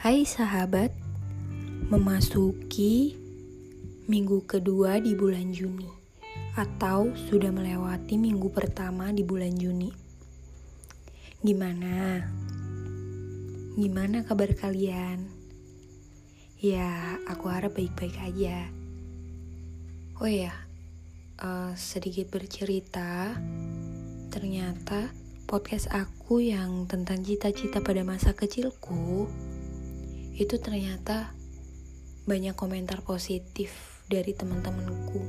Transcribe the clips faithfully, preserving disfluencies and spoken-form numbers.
Hai sahabat, memasuki minggu kedua di bulan Juni atau sudah melewati minggu pertama di bulan Juni. Gimana? Gimana kabar kalian? Ya, aku harap baik-baik aja. Oh ya, uh, sedikit bercerita, ternyata podcast aku yang tentang cita-cita pada masa kecilku itu ternyata banyak komentar positif dari teman-temanku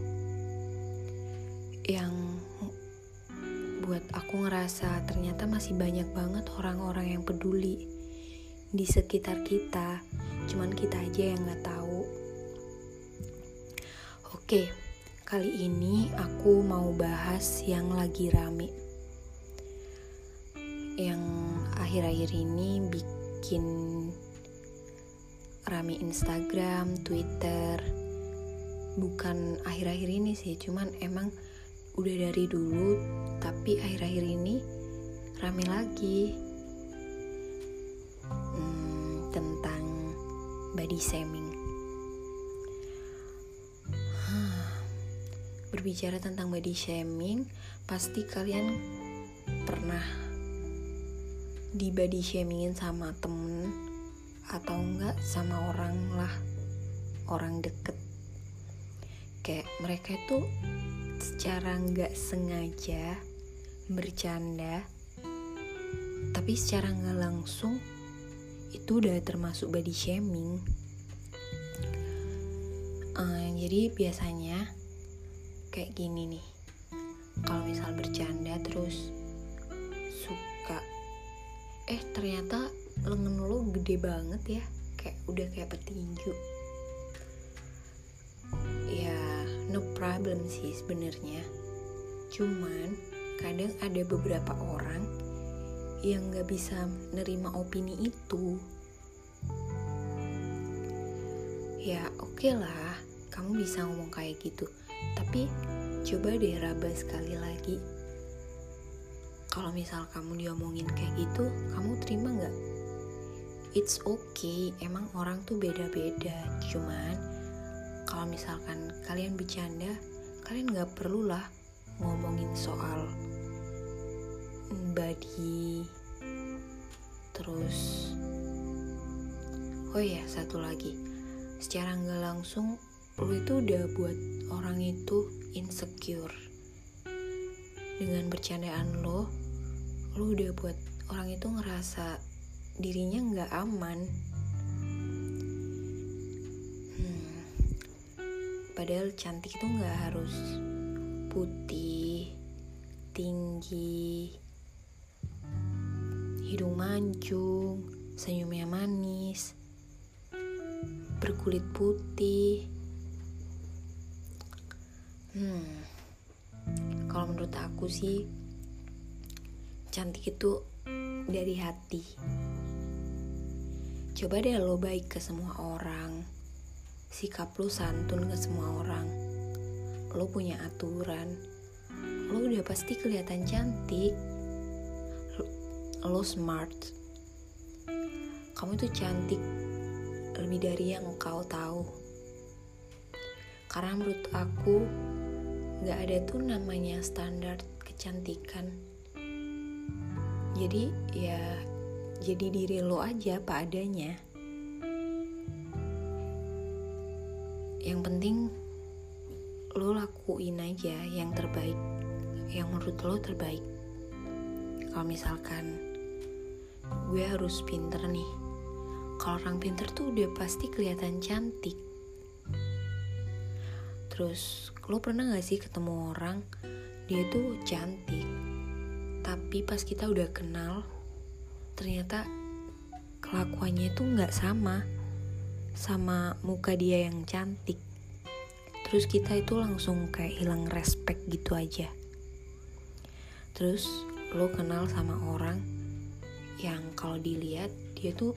yang buat aku ngerasa ternyata masih banyak banget orang-orang yang peduli di sekitar kita, cuman kita aja yang gak tahu. Oke, kali ini aku mau bahas yang lagi rame, yang akhir-akhir ini bikin rame Instagram, Twitter. Bukan akhir-akhir ini sih, cuman emang udah dari dulu, tapi akhir-akhir ini rame lagi hmm, tentang body shaming. Berbicara tentang body shaming, pasti kalian pernah di body shamingin sama temen atau enggak sama orang lah, orang deket. Kayak mereka itu secara enggak sengaja bercanda, tapi secara enggak langsung itu udah termasuk body shaming. uh, Jadi biasanya kayak gini nih, kalau misal bercanda terus suka eh ternyata lengan lo gede banget ya, kayak udah kayak petinju. Ya no problem sih sebenarnya, cuman kadang ada beberapa orang yang nggak bisa nerima opini itu. Ya oke okay lah, kamu bisa ngomong kayak gitu, tapi coba deh raba sekali lagi. Kalau misal kamu diomongin kayak gitu, kamu terima gak? It's okay, emang orang tuh beda-beda. Cuman kalau misalkan kalian bercanda, kalian gak perlulah ngomongin soal body. Terus oh ya, satu lagi, secara gak langsung lu itu udah buat orang itu insecure. Dengan bercandaan lo, lo udah buat orang itu ngerasa dirinya gak aman. hmm. Padahal cantik itu gak harus putih, tinggi, hidung mancung, senyumnya manis, berkulit putih. Hmm Kalau menurut aku sih, cantik itu dari hati. Coba deh lo baik ke semua orang, sikap lo santun ke semua orang, lo punya aturan, lo udah pasti kelihatan cantik. Lo, lo smart. Kamu tuh cantik lebih dari yang kau tahu. Karena menurut aku gak ada tuh namanya standar kecantikan. Jadi ya jadi diri lo aja apa adanya. Yang penting lo lakuin aja yang terbaik, yang menurut lo terbaik. Kalau misalkan gue harus pinter nih, kalau orang pinter tuh udah pasti kelihatan cantik. Terus lo pernah gak sih ketemu orang, dia tuh cantik, tapi pas kita udah kenal, ternyata kelakuannya itu gak sama sama muka dia yang cantik. Terus kita itu langsung kayak hilang respect gitu aja. Terus lo kenal sama orang yang kalau dilihat dia tuh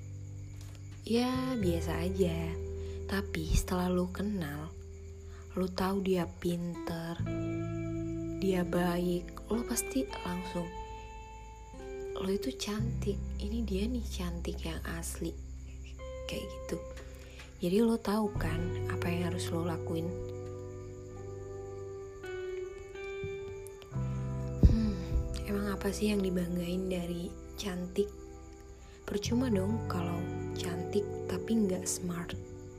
ya biasa aja, tapi setelah lo kenal, lo tahu dia pinter, dia baik, lo pasti langsung, lo itu cantik, ini dia nih cantik yang asli. kayak gitu. Jadi lo tahu kan apa yang harus lo lakuin. Hmm, emang apa sih yang dibanggain dari cantik? Percuma dong kalau cantik tapi nggak smart.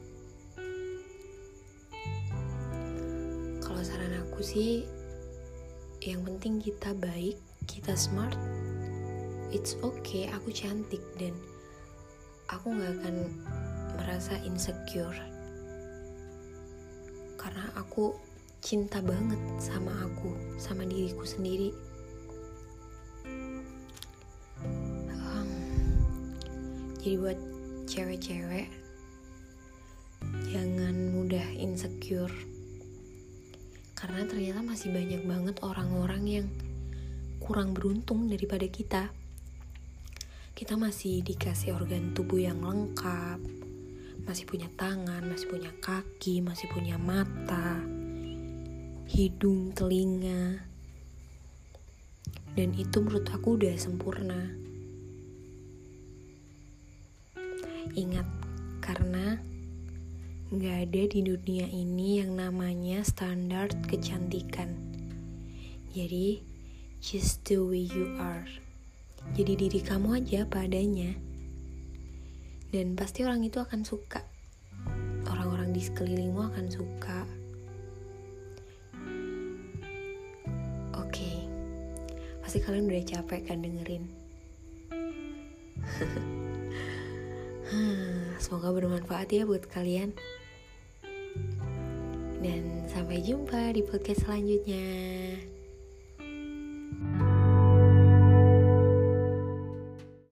Kalau saran aku sih, yang penting kita baik, kita smart. It's okay, aku cantik dan aku gak akan merasa insecure karena aku cinta banget sama aku, sama diriku sendiri. um, Jadi buat cewek-cewek, jangan mudah insecure, karena ternyata masih banyak banget orang-orang yang kurang beruntung daripada kita. Kita masih dikasih organ tubuh yang lengkap, masih punya tangan, masih punya kaki, masih punya mata, hidung, telinga. Dan itu menurut aku udah sempurna. Ingat, karena gak ada di dunia ini yang namanya standar kecantikan. Jadi, just the way you are. Jadi diri kamu aja apa adanya. Dan pasti orang itu akan suka. Orang-orang di sekelilingmu akan suka. Oke, pasti kalian udah capek kan dengerin. Semoga bermanfaat ya buat kalian. Dan sampai jumpa di podcast selanjutnya.